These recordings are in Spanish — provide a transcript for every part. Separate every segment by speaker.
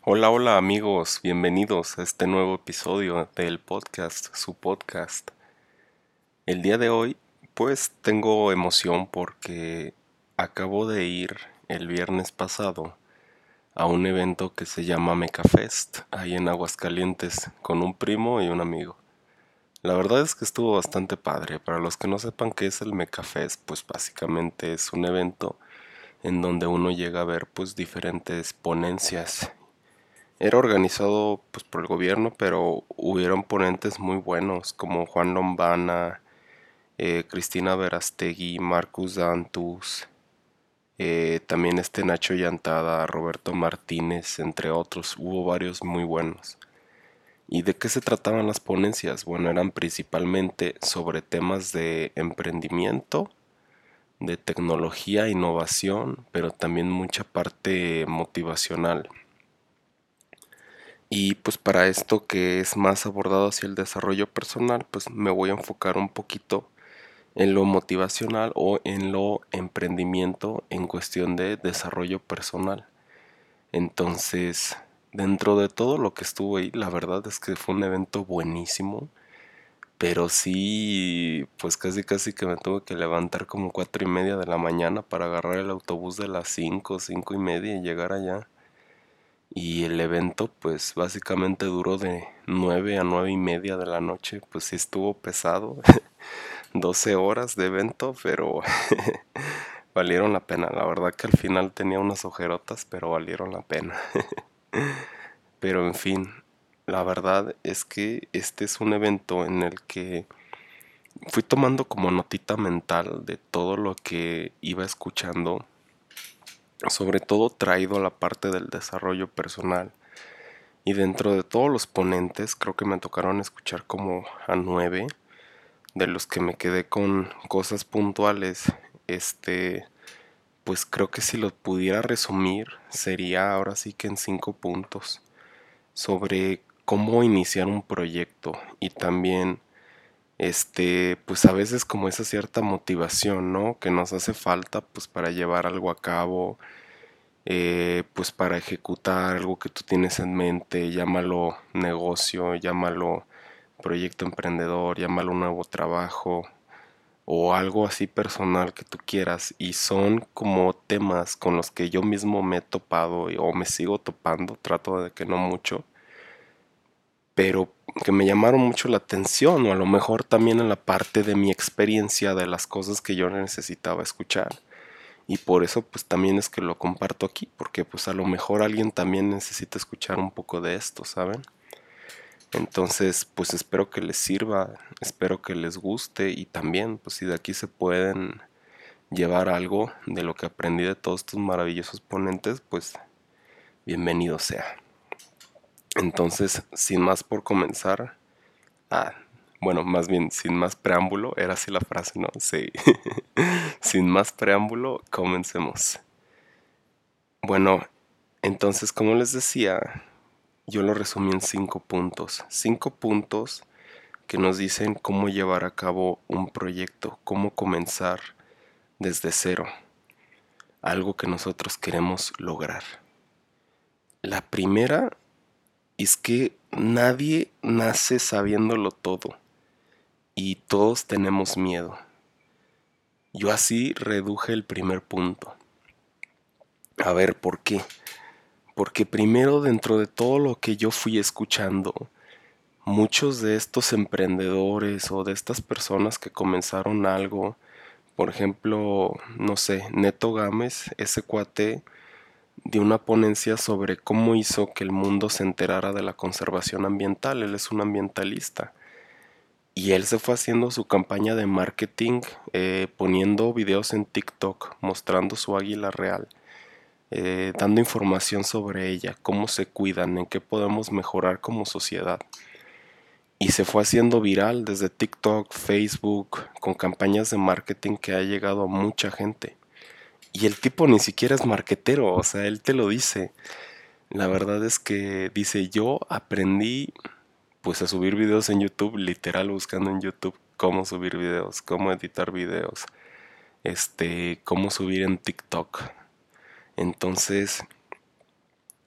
Speaker 1: Hola, hola amigos, bienvenidos a este nuevo episodio del podcast, su podcast. El día de hoy, pues tengo emoción porque acabo de ir el viernes pasado a un evento que se llama MecaFest, ahí en Aguascalientes, con un primo y un amigo. La verdad es que estuvo bastante padre. Para los que no sepan qué es el MecaFest, pues básicamente es un evento en donde uno llega a ver pues diferentes ponencias. Era organizado pues por el gobierno, pero hubieron ponentes muy buenos como Juan Lombana, Cristina Verastegui, Marcus Dantus, también Nacho Llantada, Roberto Martínez, entre otros. Hubo varios muy buenos. ¿Y de qué se trataban las ponencias? Bueno, eran principalmente sobre temas de emprendimiento, de tecnología, innovación, pero también mucha parte motivacional. Y pues para esto que es más abordado hacia el desarrollo personal, pues me voy a enfocar un poquito en lo motivacional o en lo emprendimiento en cuestión de desarrollo personal. Entonces, dentro de todo lo que estuvo ahí, la verdad es que fue un evento buenísimo, pero sí, pues casi casi que me tuve que levantar como 4:30 de la mañana para agarrar el autobús de las 5, 5:30 y llegar allá. Y el evento pues básicamente duró de 9 a 9:30 de la noche, pues sí estuvo pesado, 12 horas de evento, pero valieron la pena. La verdad que al final tenía unas ojerotas, pero valieron la pena. Pero en fin, la verdad es que este es un evento en el que fui tomando como notita mental de todo lo que iba escuchando, sobre todo traído a la parte del desarrollo personal. Y dentro de todos los ponentes, creo que me tocaron escuchar como a 9, de los que me quedé con cosas puntuales. Este, pues creo que si lo pudiera resumir, sería ahora sí que en 5 puntos sobre cómo iniciar un proyecto y también pues a veces como esa cierta motivación, ¿no? Que nos hace falta pues para llevar algo a cabo, pues para ejecutar algo que tú tienes en mente, llámalo negocio, llámalo proyecto emprendedor, llámalo nuevo trabajo o algo así personal que tú quieras. Y son como temas con los que yo mismo me he topado o me sigo topando, trato de que no mucho, pero que me llamaron mucho la atención o a lo mejor también en la parte de mi experiencia de las cosas que yo necesitaba escuchar. Y por eso pues también es que lo comparto aquí, porque pues a lo mejor alguien también necesita escuchar un poco de esto, ¿saben? Entonces pues espero que les sirva, espero que les guste y también pues si de aquí se pueden llevar algo de lo que aprendí de todos estos maravillosos ponentes, pues bienvenido sea. Entonces, sin más por comenzar, ah, bueno, más bien sin más preámbulo, era así la frase, ¿no? Sí. Sin más preámbulo, comencemos. Bueno, entonces, como les decía, yo lo resumí en 5 puntos. 5 puntos que nos dicen cómo llevar a cabo un proyecto, cómo comenzar desde cero, algo que nosotros queremos lograr. La primera es que nadie nace sabiéndolo todo y todos tenemos miedo. Yo así reduje el primer punto. A ver, ¿por qué? Porque primero dentro de todo lo que yo fui escuchando, muchos de estos emprendedores o de estas personas que comenzaron algo, por ejemplo, no sé, Neto Gámez, ese cuate, dio una ponencia sobre cómo hizo que el mundo se enterara de la conservación ambiental. Él es un ambientalista. Y él se fue haciendo su campaña de marketing, poniendo videos en TikTok, mostrando su águila real, dando información sobre ella, cómo se cuidan, en qué podemos mejorar como sociedad. Y se fue haciendo viral desde TikTok, Facebook, con campañas de marketing que ha llegado a mucha gente. Y el tipo ni siquiera es marketero, o sea, él te lo dice. La verdad es que dice, yo aprendí pues a subir videos en YouTube, literal buscando en YouTube cómo subir videos, cómo editar videos, cómo subir en TikTok. Entonces,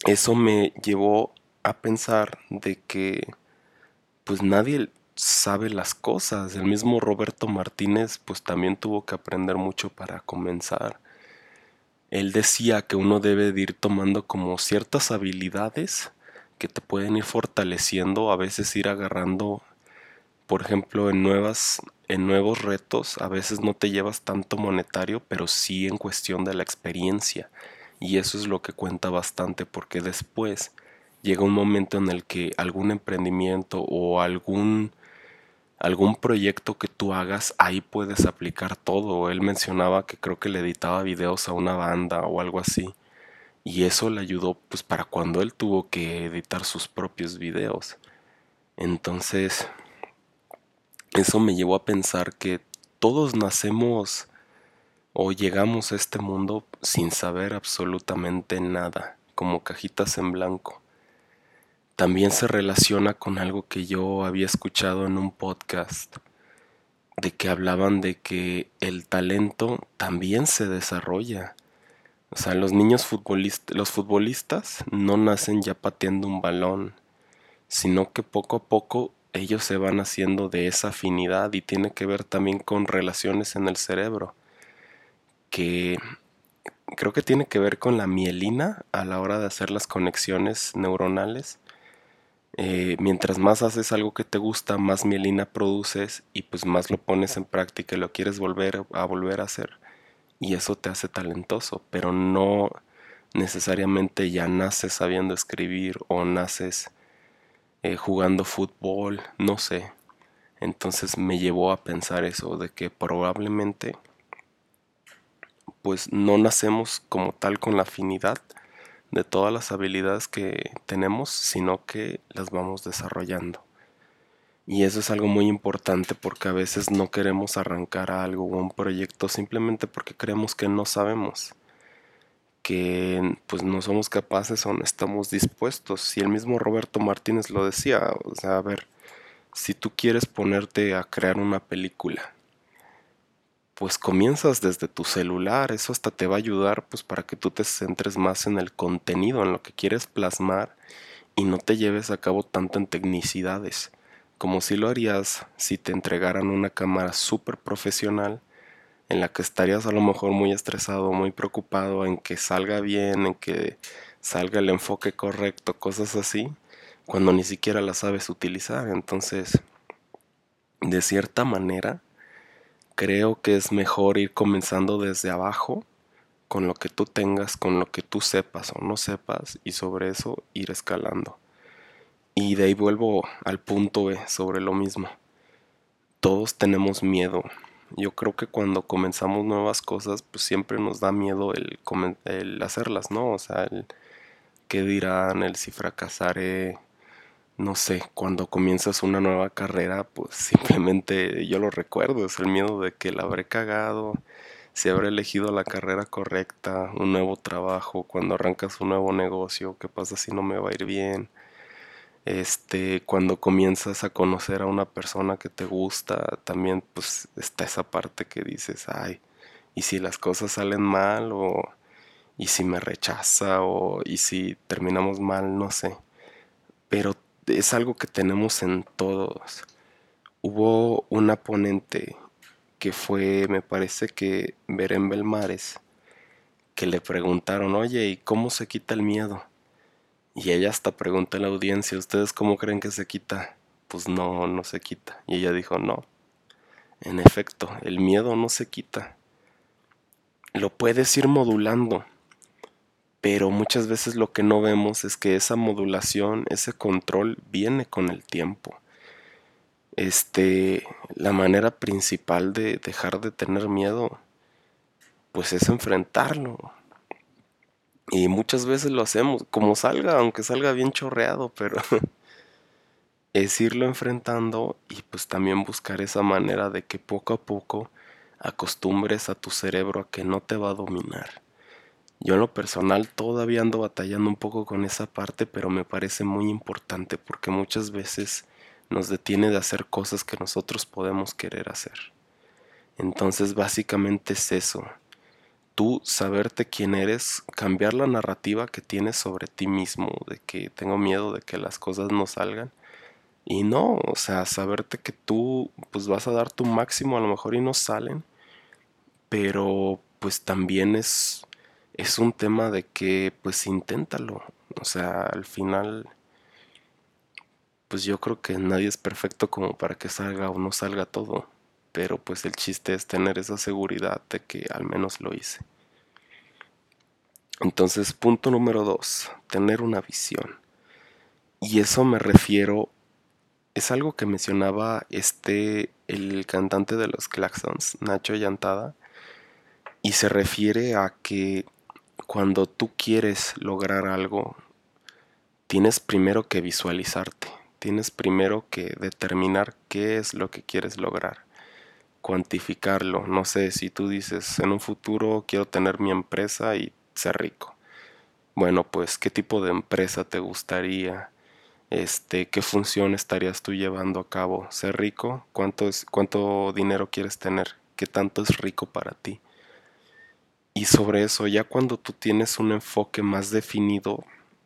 Speaker 1: eso me llevó a pensar de que pues nadie sabe las cosas. El mismo Roberto Martínez pues también tuvo que aprender mucho para comenzar. Él decía que uno debe de ir tomando como ciertas habilidades que te pueden ir fortaleciendo, a veces ir agarrando, por ejemplo, en nuevos retos, a veces no te llevas tanto monetario, pero sí en cuestión de la experiencia. Y eso es lo que cuenta bastante porque después llega un momento en el que algún emprendimiento o algún proyecto que tú hagas, ahí puedes aplicar todo. Él mencionaba que creo que le editaba videos a una banda o algo así. Y eso le ayudó pues para cuando él tuvo que editar sus propios videos. Entonces, eso me llevó a pensar que todos nacemos o llegamos a este mundo sin saber absolutamente nada, como cajitas en blanco. También se relaciona con algo que yo había escuchado en un podcast, de que hablaban de que el talento también se desarrolla. O sea, los futbolistas no nacen ya pateando un balón, sino que poco a poco ellos se van haciendo de esa afinidad y tiene que ver también con relaciones en el cerebro, que creo que tiene que ver con la mielina a la hora de hacer las conexiones neuronales. Mientras más haces algo que te gusta, más mielina produces y pues más lo pones en práctica y lo quieres volver a hacer. Y eso te hace talentoso, pero no necesariamente ya naces sabiendo escribir o naces jugando fútbol, no sé. Entonces me llevó a pensar eso, de que probablemente pues no nacemos como tal con la afinidad de todas las habilidades que tenemos, sino que las vamos desarrollando. Y eso es algo muy importante porque a veces no queremos arrancar a algo o un proyecto simplemente porque creemos que no sabemos, que pues no somos capaces o no estamos dispuestos. Si el mismo Roberto Martínez lo decía, o sea, a ver, si tú quieres ponerte a crear una película, pues comienzas desde tu celular, eso hasta te va a ayudar pues para que tú te centres más en el contenido, en lo que quieres plasmar y no te lleves a cabo tanto en tecnicidades, como si lo harías si te entregaran una cámara súper profesional en la que estarías a lo mejor muy estresado, muy preocupado en que salga bien, en que salga el enfoque correcto, cosas así, cuando ni siquiera la sabes utilizar. Entonces, de cierta manera, creo que es mejor ir comenzando desde abajo con lo que tú tengas, con lo que tú sepas o no sepas y sobre eso ir escalando. Y de ahí vuelvo al punto B sobre lo mismo. Todos tenemos miedo. Yo creo que cuando comenzamos nuevas cosas, pues siempre nos da miedo el hacerlas, ¿no? O sea, el qué dirán, el si fracasaré, no sé, cuando comienzas una nueva carrera, pues simplemente yo lo recuerdo, es el miedo de que la habré cagado, si habré elegido la carrera correcta, un nuevo trabajo, cuando arrancas un nuevo negocio, qué pasa si no me va a ir bien. Cuando comienzas a conocer a una persona que te gusta, también pues está esa parte que dices, ay, y si las cosas salen mal o y si me rechaza o y si terminamos mal, no sé. Pero es algo que tenemos en todos. Hubo una ponente que fue, me parece que Belén Belmares, que le preguntaron, oye, ¿y cómo se quita el miedo? Y ella hasta preguntó a la audiencia, ¿ustedes cómo creen que se quita? Pues no, no se quita. Y ella dijo, no, en efecto, el miedo no se quita. Lo puedes ir modulando, pero muchas veces lo que no vemos es que esa modulación, ese control viene con el tiempo. La manera principal de dejar de tener miedo, pues es enfrentarlo. Y muchas veces lo hacemos, como salga, aunque salga bien chorreado, pero es irlo enfrentando y pues también buscar esa manera de que poco a poco acostumbres a tu cerebro a que no te va a dominar. Yo en lo personal todavía ando batallando un poco con esa parte, pero me parece muy importante porque muchas veces nos detiene de hacer cosas que nosotros podemos querer hacer. Entonces básicamente es eso. tú saberte quién eres, cambiar la narrativa que tienes sobre ti mismo, de que tengo miedo de que las cosas no salgan. Y no, o sea, saberte que tú pues vas a dar tu máximo a lo mejor y no salen, pero pues también es un tema de que pues inténtalo. O sea, al final pues yo creo que nadie es perfecto como para que salga o no salga todo, pero pues el chiste es tener esa seguridad de que al menos lo hice. Entonces, punto número 2, tener una visión. Y eso me refiero, es algo que mencionaba el cantante de los Claxons, Nacho Llantada, y se refiere a que cuando tú quieres lograr algo, tienes primero que visualizarte, tienes primero que determinar qué es lo que quieres lograr, cuantificarlo. No sé, si tú dices, en un futuro quiero tener mi empresa y ser rico. Bueno, pues, ¿qué tipo de empresa te gustaría? ¿Qué función estarías tú llevando a cabo? ¿Ser rico? ¿Cuánto dinero quieres tener? ¿Qué tanto es rico para ti? Y sobre eso, ya cuando tú tienes un enfoque más definido,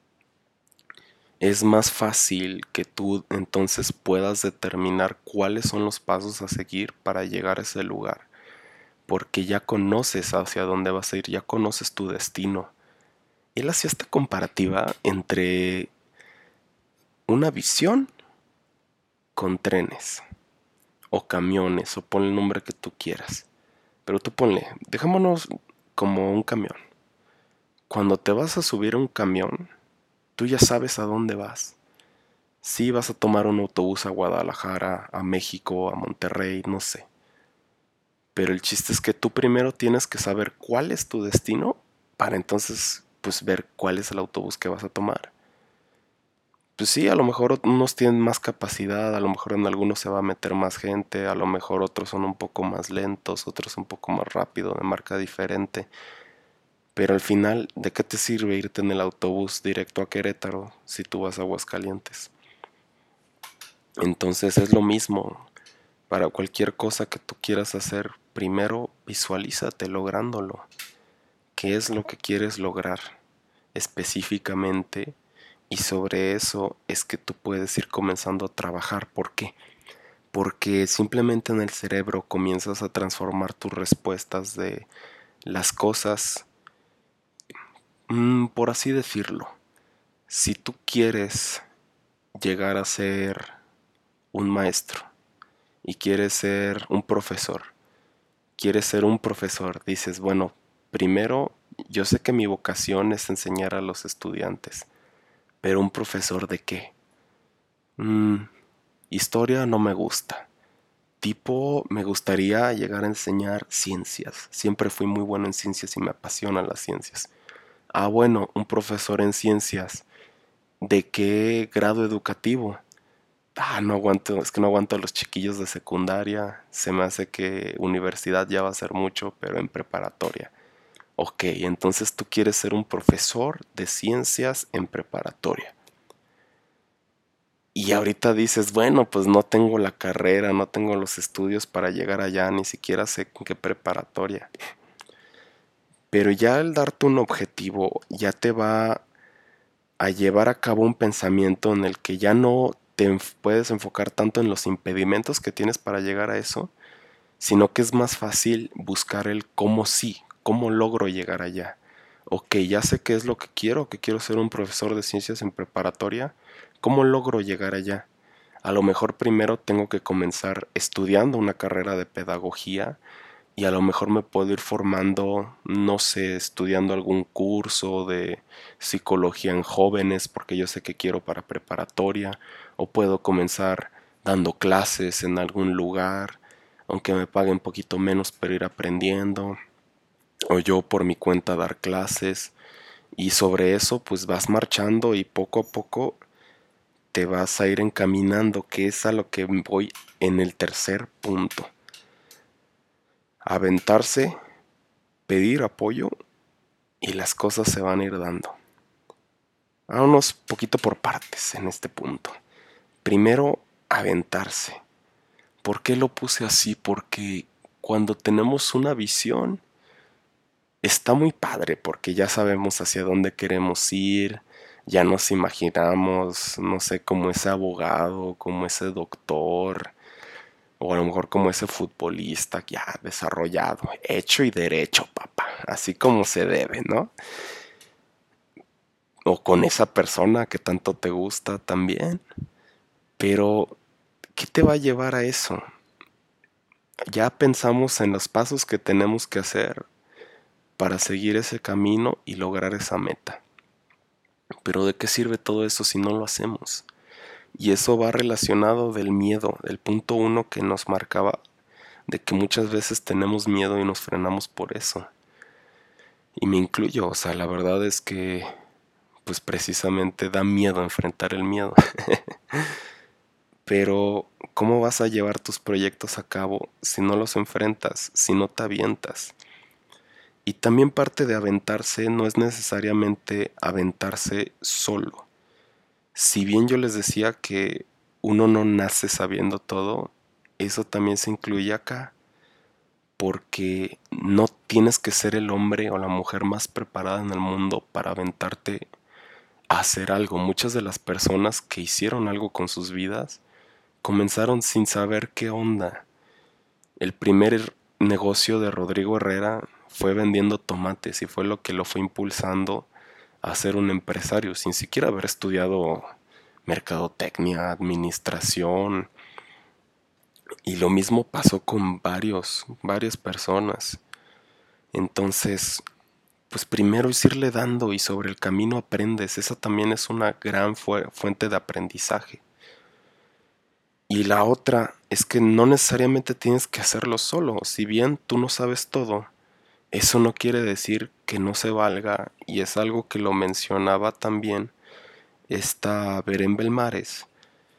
Speaker 1: es más fácil que tú entonces puedas determinar cuáles son los pasos a seguir para llegar a ese lugar, porque ya conoces hacia dónde vas a ir, ya conoces tu destino. Él hacía esta comparativa entre una visión con trenes o camiones, o ponle el nombre que tú quieras, pero tú ponle, dejémonos como un camión. Cuando te vas a subir a un camión, tú ya sabes a dónde vas. Si vas a tomar un autobús a Guadalajara, a México, a Monterrey, no sé. Pero el chiste es que tú primero tienes que saber cuál es tu destino para entonces pues ver cuál es el autobús que vas a tomar. Pues sí, a lo mejor unos tienen más capacidad, a lo mejor en algunos se va a meter más gente, a lo mejor otros son un poco más lentos, otros un poco más rápido, de marca diferente. Pero al final, ¿de qué te sirve irte en el autobús directo a Querétaro si tú vas a Aguascalientes? Entonces es lo mismo. Para cualquier cosa que tú quieras hacer, primero visualízate lográndolo. ¿Qué es lo que quieres lograr específicamente? Y sobre eso es que tú puedes ir comenzando a trabajar. ¿Por qué? Porque simplemente en el cerebro comienzas a transformar tus respuestas de las cosas, por así decirlo. Si tú quieres llegar a ser un maestro y quieres ser un profesor, dices, bueno, primero yo sé que mi vocación es enseñar a los estudiantes, pero ¿un profesor de qué? Historia no me gusta. Tipo, me gustaría llegar a enseñar ciencias. Siempre fui muy bueno en ciencias y me apasionan las ciencias. Ah, bueno, un profesor en ciencias. ¿De qué grado educativo? Ah, no aguanto, es que no aguanto a los chiquillos de secundaria. Se me hace que universidad ya va a ser mucho, pero en preparatoria. Ok, entonces tú quieres ser un profesor de ciencias en preparatoria. Y ahorita dices, bueno, pues no tengo la carrera, no tengo los estudios para llegar allá, ni siquiera sé con qué preparatoria. Pero ya al darte un objetivo, ya te va a llevar a cabo un pensamiento en el que ya no puedes enfocar tanto en los impedimentos que tienes para llegar a eso, sino que es más fácil buscar el cómo sí, cómo logro llegar allá. Ok, ya sé qué es lo que quiero ser un profesor de ciencias en preparatoria, ¿cómo logro llegar allá? A lo mejor primero tengo que comenzar estudiando una carrera de pedagogía y a lo mejor me puedo ir formando, no sé, estudiando algún curso de psicología en jóvenes porque yo sé que quiero para preparatoria, o puedo comenzar dando clases en algún lugar, aunque me paguen un poquito menos, pero ir aprendiendo, o yo por mi cuenta dar clases, y sobre eso pues vas marchando y poco a poco te vas a ir encaminando, que es a lo que voy en el tercer punto. Aventarse, pedir apoyo y las cosas se van a ir dando. Vámonos poquito por partes en este punto. Primero, aventarse. ¿Por qué lo puse así? Porque cuando tenemos una visión, está muy padre porque ya sabemos hacia dónde queremos ir, ya nos imaginamos, no sé, como ese abogado, como ese doctor, o a lo mejor como ese futbolista ya desarrollado, hecho y derecho, papá, así como se debe, ¿no? O con esa persona que tanto te gusta también. Pero, ¿qué te va a llevar a eso? Ya pensamos en los pasos que tenemos que hacer para seguir ese camino y lograr esa meta. Pero ¿de qué sirve todo eso si no lo hacemos? Y eso va relacionado del miedo, el punto uno que nos marcaba, de que muchas veces tenemos miedo y nos frenamos por eso. Y me incluyo, o sea, la verdad es que pues precisamente da miedo enfrentar el miedo. Pero ¿cómo vas a llevar tus proyectos a cabo si no los enfrentas, si no te avientas? Y también parte de aventarse no es necesariamente aventarse solo. Si bien yo les decía que uno no nace sabiendo todo, eso también se incluye acá, porque no tienes que ser el hombre o la mujer más preparada en el mundo para aventarte a hacer algo. Muchas de las personas que hicieron algo con sus vidas comenzaron sin saber qué onda. El primer negocio de Rodrigo Herrera fue vendiendo tomates y fue lo que lo fue impulsando a ser un empresario sin siquiera haber estudiado mercadotecnia, administración. Y lo mismo pasó con varias personas. Entonces, pues primero es irle dando y sobre el camino aprendes. Esa también es una gran fuente de aprendizaje. Y la otra es que no necesariamente tienes que hacerlo solo. Si bien tú no sabes todo, eso no quiere decir que no se valga, y es algo que lo mencionaba también esta Belén Belmares,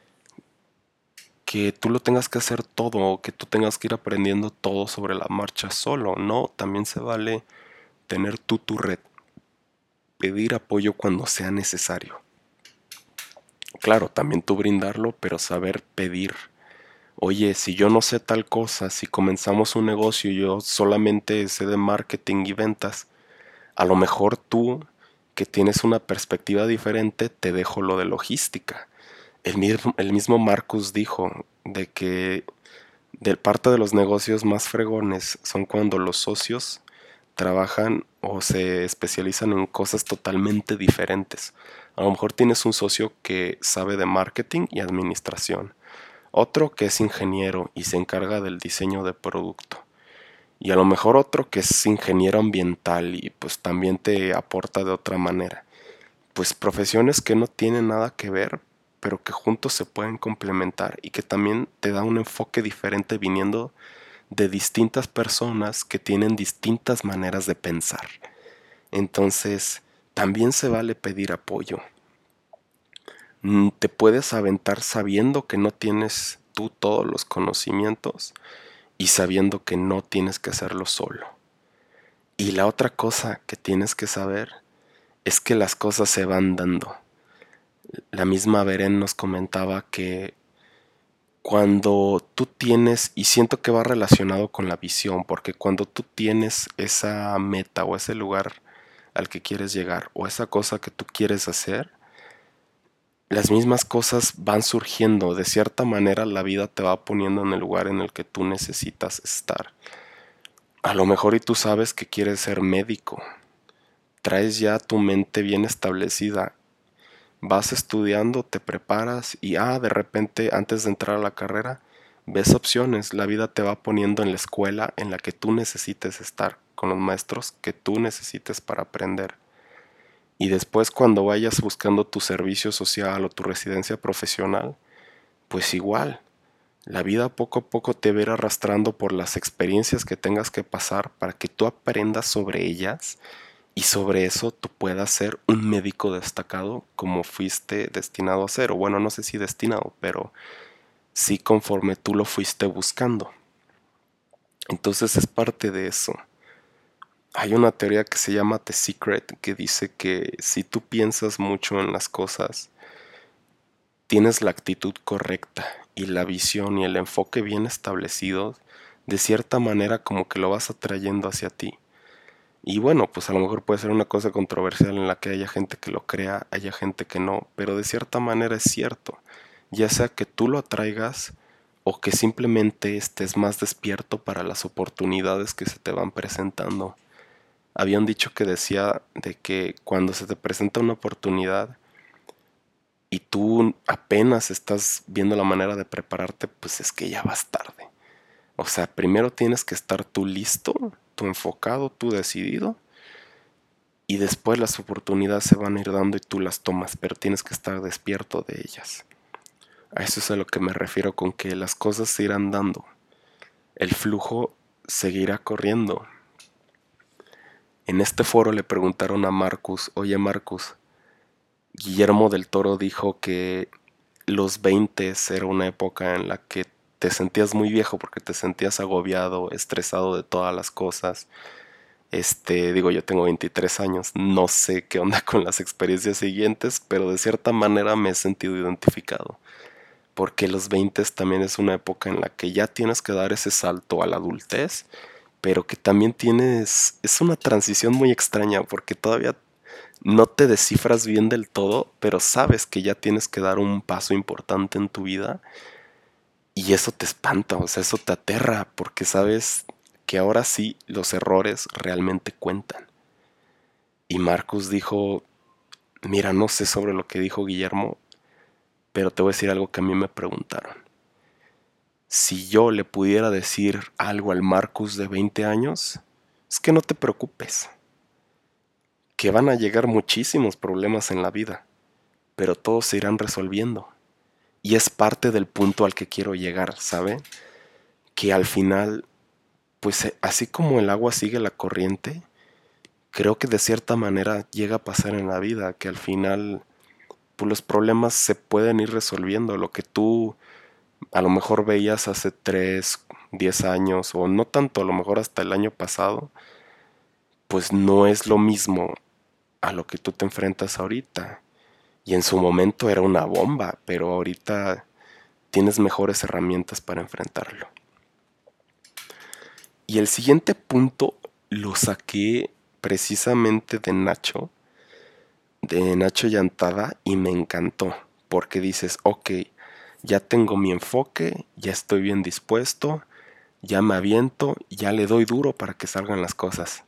Speaker 1: que tú lo tengas que hacer todo, o que tú tengas que ir aprendiendo todo sobre la marcha solo. No, también se vale tener tú tu red, pedir apoyo cuando sea necesario. Claro, también tú brindarlo, pero saber pedir. Oye, si yo no sé tal cosa, si comenzamos un negocio y yo solamente sé de marketing y ventas, a lo mejor tú, que tienes una perspectiva diferente, te dejo lo de logística. El mismo Marcus dijo de que de parte de los negocios más fregones son cuando los socios trabajan o se especializan en cosas totalmente diferentes. A lo mejor tienes un socio que sabe de marketing y administración, otro que es ingeniero y se encarga del diseño de producto, y a lo mejor otro que es ingeniero ambiental y pues también te aporta de otra manera. Pues profesiones que no tienen nada que ver, pero que juntos se pueden complementar y que también te da un enfoque diferente viniendo de distintas personas que tienen distintas maneras de pensar. Entonces, también se vale pedir apoyo. Te puedes aventar sabiendo que no tienes tú todos los conocimientos y sabiendo que no tienes que hacerlo solo. Y la otra cosa que tienes que saber es que las cosas se van dando. La misma Beren nos comentaba que cuando tú tienes, y siento que va relacionado con la visión, porque cuando tú tienes esa meta o ese lugar al que quieres llegar o esa cosa que tú quieres hacer, las mismas cosas van surgiendo. De cierta manera la vida te va poniendo en el lugar en el que tú necesitas estar. A lo mejor y tú sabes que quieres ser médico, traes ya tu mente bien establecida, vas estudiando, te preparas y de repente antes de entrar a la carrera ves opciones. La vida te va poniendo en la escuela en la que tú necesites estar, con los maestros que tú necesites para aprender. Y después cuando vayas buscando tu servicio social o tu residencia profesional, pues igual, la vida poco a poco te va a ir arrastrando por las experiencias que tengas que pasar para que tú aprendas sobre ellas y sobre eso tú puedas ser un médico destacado como fuiste destinado a ser. O bueno, no sé si destinado, pero sí conforme tú lo fuiste buscando. Entonces es parte de eso. Hay una teoría que se llama The Secret que dice que si tú piensas mucho en las cosas, tienes la actitud correcta y la visión y el enfoque bien establecidos, de cierta manera como que lo vas atrayendo hacia ti. Y bueno, pues a lo mejor puede ser una cosa controversial en la que haya gente que lo crea, haya gente que no, pero de cierta manera es cierto, ya sea que tú lo atraigas o que simplemente estés más despierto para las oportunidades que se te van presentando. Había un dicho que decía de que cuando se te presenta una oportunidad y tú apenas estás viendo la manera de prepararte, pues es que ya vas tarde. O sea, primero tienes que estar tú listo, tú enfocado, tú decidido, y después las oportunidades se van a ir dando y tú las tomas, pero tienes que estar despierto de ellas. A eso es a lo que me refiero con que las cosas se irán dando. El flujo seguirá corriendo. En este foro le preguntaron a Marcus, oye Marcus, Guillermo del Toro dijo que los 20 era una época en la que te sentías muy viejo porque te sentías agobiado, estresado de todas las cosas. Digo, yo tengo 23 años, no sé qué onda con las experiencias siguientes, pero de cierta manera me he sentido identificado, porque los 20 también es una época en la que ya tienes que dar ese salto a la adultez, pero que también es una transición muy extraña, porque todavía no te descifras bien del todo, pero sabes que ya tienes que dar un paso importante en tu vida y eso te espanta, o sea, eso te aterra, porque sabes que ahora sí los errores realmente cuentan. Y Marcus dijo, mira, no sé sobre lo que dijo Guillermo, pero te voy a decir algo que a mí me preguntaron. Si yo le pudiera decir algo al Marcus de 20 años, es que no te preocupes, que van a llegar muchísimos problemas en la vida, pero todos se irán resolviendo. Y es parte del punto al que quiero llegar, ¿sabe? Que al final, pues así como el agua sigue la corriente, creo que de cierta manera llega a pasar en la vida, que al final pues los problemas se pueden ir resolviendo. Lo que tú a lo mejor veías hace 3 10 años o no tanto, a lo mejor hasta el año pasado, pues no es lo mismo a lo que tú te enfrentas ahorita. Y en su momento era una bomba, pero ahorita tienes mejores herramientas para enfrentarlo. Y el siguiente punto lo saqué precisamente de Nacho Llantada, y me encantó, porque dices, ok, ya tengo mi enfoque, ya estoy bien dispuesto, ya me aviento, ya le doy duro para que salgan las cosas.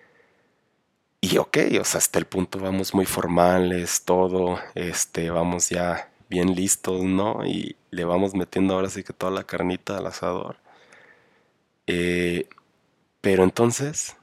Speaker 1: Y ok, o sea, hasta el punto vamos muy formales, todo, vamos ya bien listos, ¿no? Y le vamos metiendo ahora sí que toda la carnita al asador. Eh, pero entonces,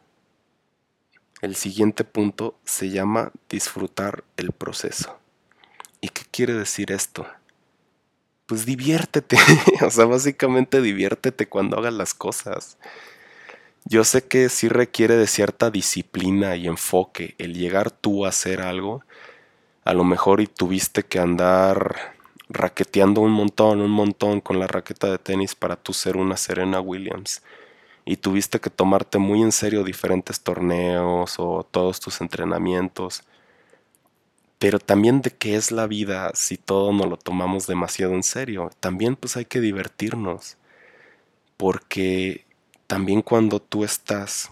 Speaker 1: el siguiente punto se llama disfrutar el proceso. ¿Y qué quiere decir esto? Pues diviértete, o sea, básicamente diviértete cuando hagas las cosas. Yo sé que sí requiere de cierta disciplina y enfoque el llegar tú a hacer algo, a lo mejor y tuviste que andar raqueteando un montón con la raqueta de tenis para tú ser una Serena Williams. Y tuviste que tomarte muy en serio diferentes torneos o todos tus entrenamientos. Pero también de qué es la vida si todo nos lo tomamos demasiado en serio. También pues hay que divertirnos. Porque también cuando tú estás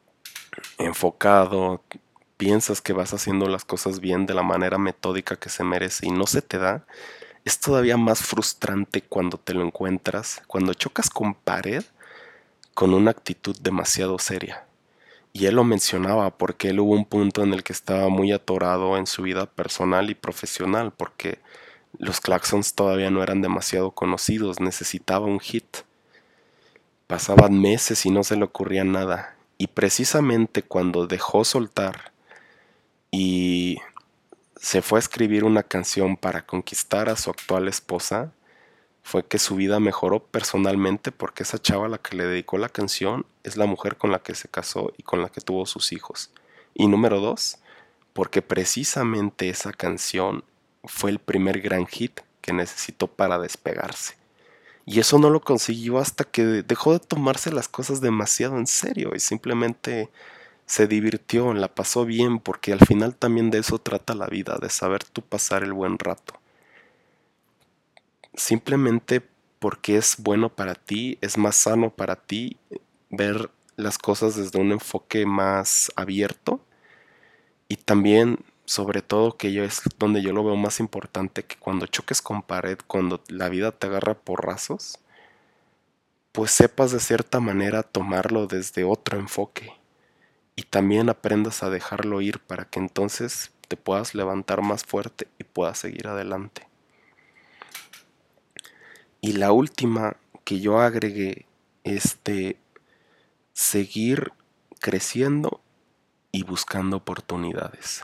Speaker 1: enfocado, piensas que vas haciendo las cosas bien de la manera metódica que se merece y no se te da, es todavía más frustrante cuando te lo encuentras, cuando chocas con pared con una actitud demasiado seria. Y él lo mencionaba porque él hubo un punto en el que estaba muy atorado en su vida personal y profesional porque los Claxons todavía no eran demasiado conocidos, necesitaba un hit. Pasaban meses y no se le ocurría nada. Y precisamente cuando dejó soltar y se fue a escribir una canción para conquistar a su actual esposa, fue que su vida mejoró personalmente porque esa chava a la que le dedicó la canción es la mujer con la que se casó y con la que tuvo sus hijos. Y número dos, porque precisamente esa canción fue el primer gran hit que necesitó para despegarse. Y eso no lo consiguió hasta que dejó de tomarse las cosas demasiado en serio y simplemente se divirtió, la pasó bien, porque al final también de eso trata la vida, de saber tú pasar el buen rato. Simplemente porque es bueno para ti, es más sano para ti ver las cosas desde un enfoque más abierto y también, sobre todo, que yo es donde yo lo veo más importante, que cuando choques con pared, cuando la vida te agarra porrazos, pues sepas de cierta manera tomarlo desde otro enfoque y también aprendas a dejarlo ir para que entonces te puedas levantar más fuerte y puedas seguir adelante. Y la última que yo agregué es de seguir creciendo y buscando oportunidades.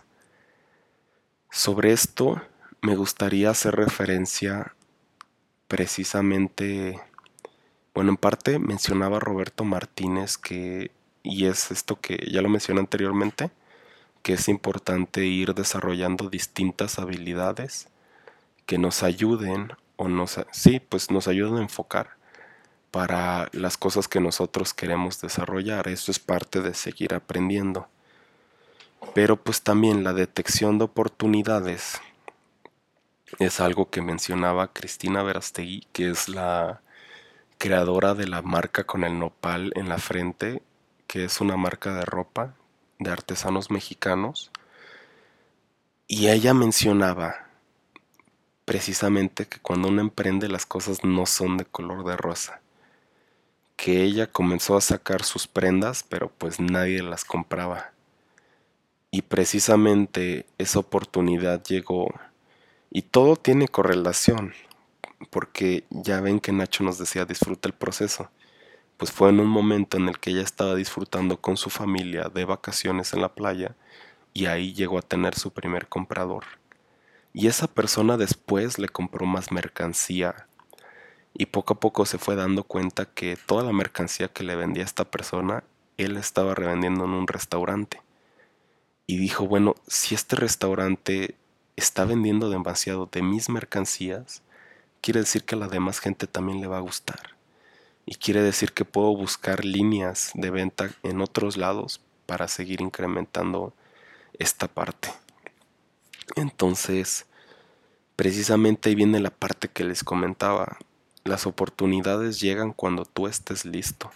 Speaker 1: Sobre esto me gustaría hacer referencia precisamente, bueno, en parte mencionaba Roberto Martínez y es esto que ya lo mencioné anteriormente, que es importante ir desarrollando distintas habilidades que nos ayuden sí, pues nos ayuden a enfocar para las cosas que nosotros queremos desarrollar. Eso es parte de seguir aprendiendo. Pero pues también la detección de oportunidades es algo que mencionaba Cristina Verastegui, que es la creadora de la marca con el nopal en la frente, que es una marca de ropa de artesanos mexicanos. Y ella mencionaba precisamente que cuando uno emprende las cosas no son de color de rosa. Que ella comenzó a sacar sus prendas, pero pues nadie las compraba. Y precisamente esa oportunidad llegó y todo tiene correlación, porque ya ven que Nacho nos decía disfruta el proceso. Pues fue en un momento en el que ella estaba disfrutando con su familia de vacaciones en la playa y ahí llegó a tener su primer comprador. Y esa persona después le compró más mercancía y poco a poco se fue dando cuenta que toda la mercancía que le vendía a esta persona, él estaba revendiendo en un restaurante. Y dijo, bueno, si este restaurante está vendiendo demasiado de mis mercancías, quiere decir que a la demás gente también le va a gustar. Y quiere decir que puedo buscar líneas de venta en otros lados para seguir incrementando esta parte. Entonces, precisamente ahí viene la parte que les comentaba. Las oportunidades llegan cuando tú estés listo.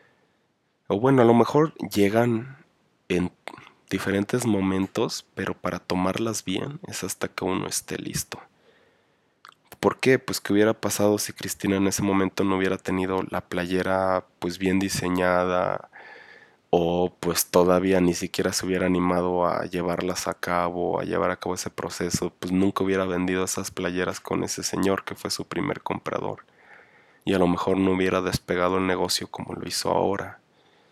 Speaker 1: O bueno, a lo mejor llegan en diferentes momentos, pero para tomarlas bien es hasta que uno esté listo. ¿Por qué? Pues qué hubiera pasado si Cristina en ese momento no hubiera tenido la playera pues bien diseñada o pues todavía ni siquiera se hubiera animado a llevarlas a cabo, a llevar a cabo ese proceso, pues nunca hubiera vendido esas playeras con ese señor que fue su primer comprador y a lo mejor no hubiera despegado el negocio como lo hizo ahora.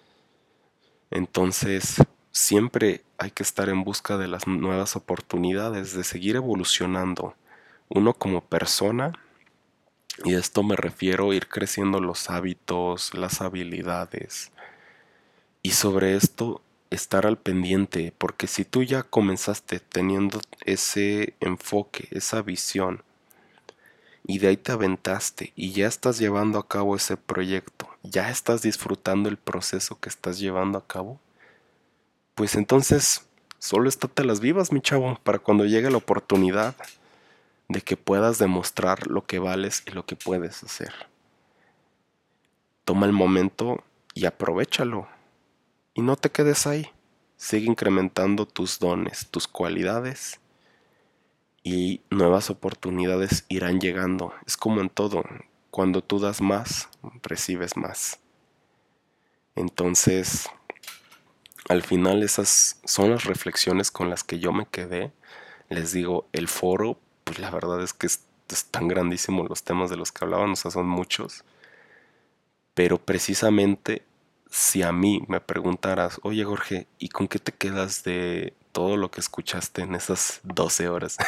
Speaker 1: Entonces, siempre hay que estar en busca de las nuevas oportunidades, de seguir evolucionando uno como persona, y a esto me refiero a ir creciendo los hábitos, las habilidades, y sobre esto estar al pendiente, porque si tú ya comenzaste teniendo ese enfoque, esa visión, y de ahí te aventaste y ya estás llevando a cabo ese proyecto, ya estás disfrutando el proceso que estás llevando a cabo, pues entonces solo estate a las vivas, mi chavo, para cuando llegue la oportunidad de que puedas demostrar lo que vales y lo que puedes hacer. Toma el momento y aprovéchalo. Y no te quedes ahí. Sigue incrementando tus dones, tus cualidades y nuevas oportunidades irán llegando. Es como en todo. Cuando tú das más, recibes más. Entonces, al final esas son las reflexiones con las que yo me quedé. Les digo, el foro, pues la verdad es que es tan grandísimo los temas de los que hablaban, o sea, son muchos. Pero precisamente si a mí me preguntaras, oye Jorge, ¿y con qué te quedas de todo lo que escuchaste en esas 12 horas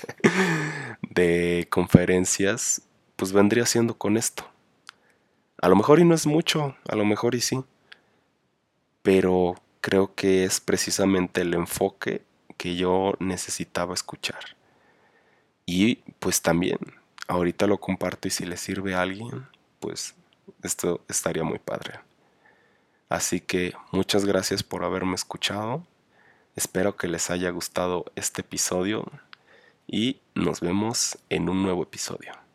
Speaker 1: de conferencias? Pues vendría siendo con esto. A lo mejor y no es mucho, a lo mejor y sí, pero creo que es precisamente el enfoque que yo necesitaba escuchar. Y pues también, ahorita lo comparto y si le sirve a alguien, pues esto estaría muy padre. Así que muchas gracias por haberme escuchado. Espero que les haya gustado este episodio y nos vemos en un nuevo episodio.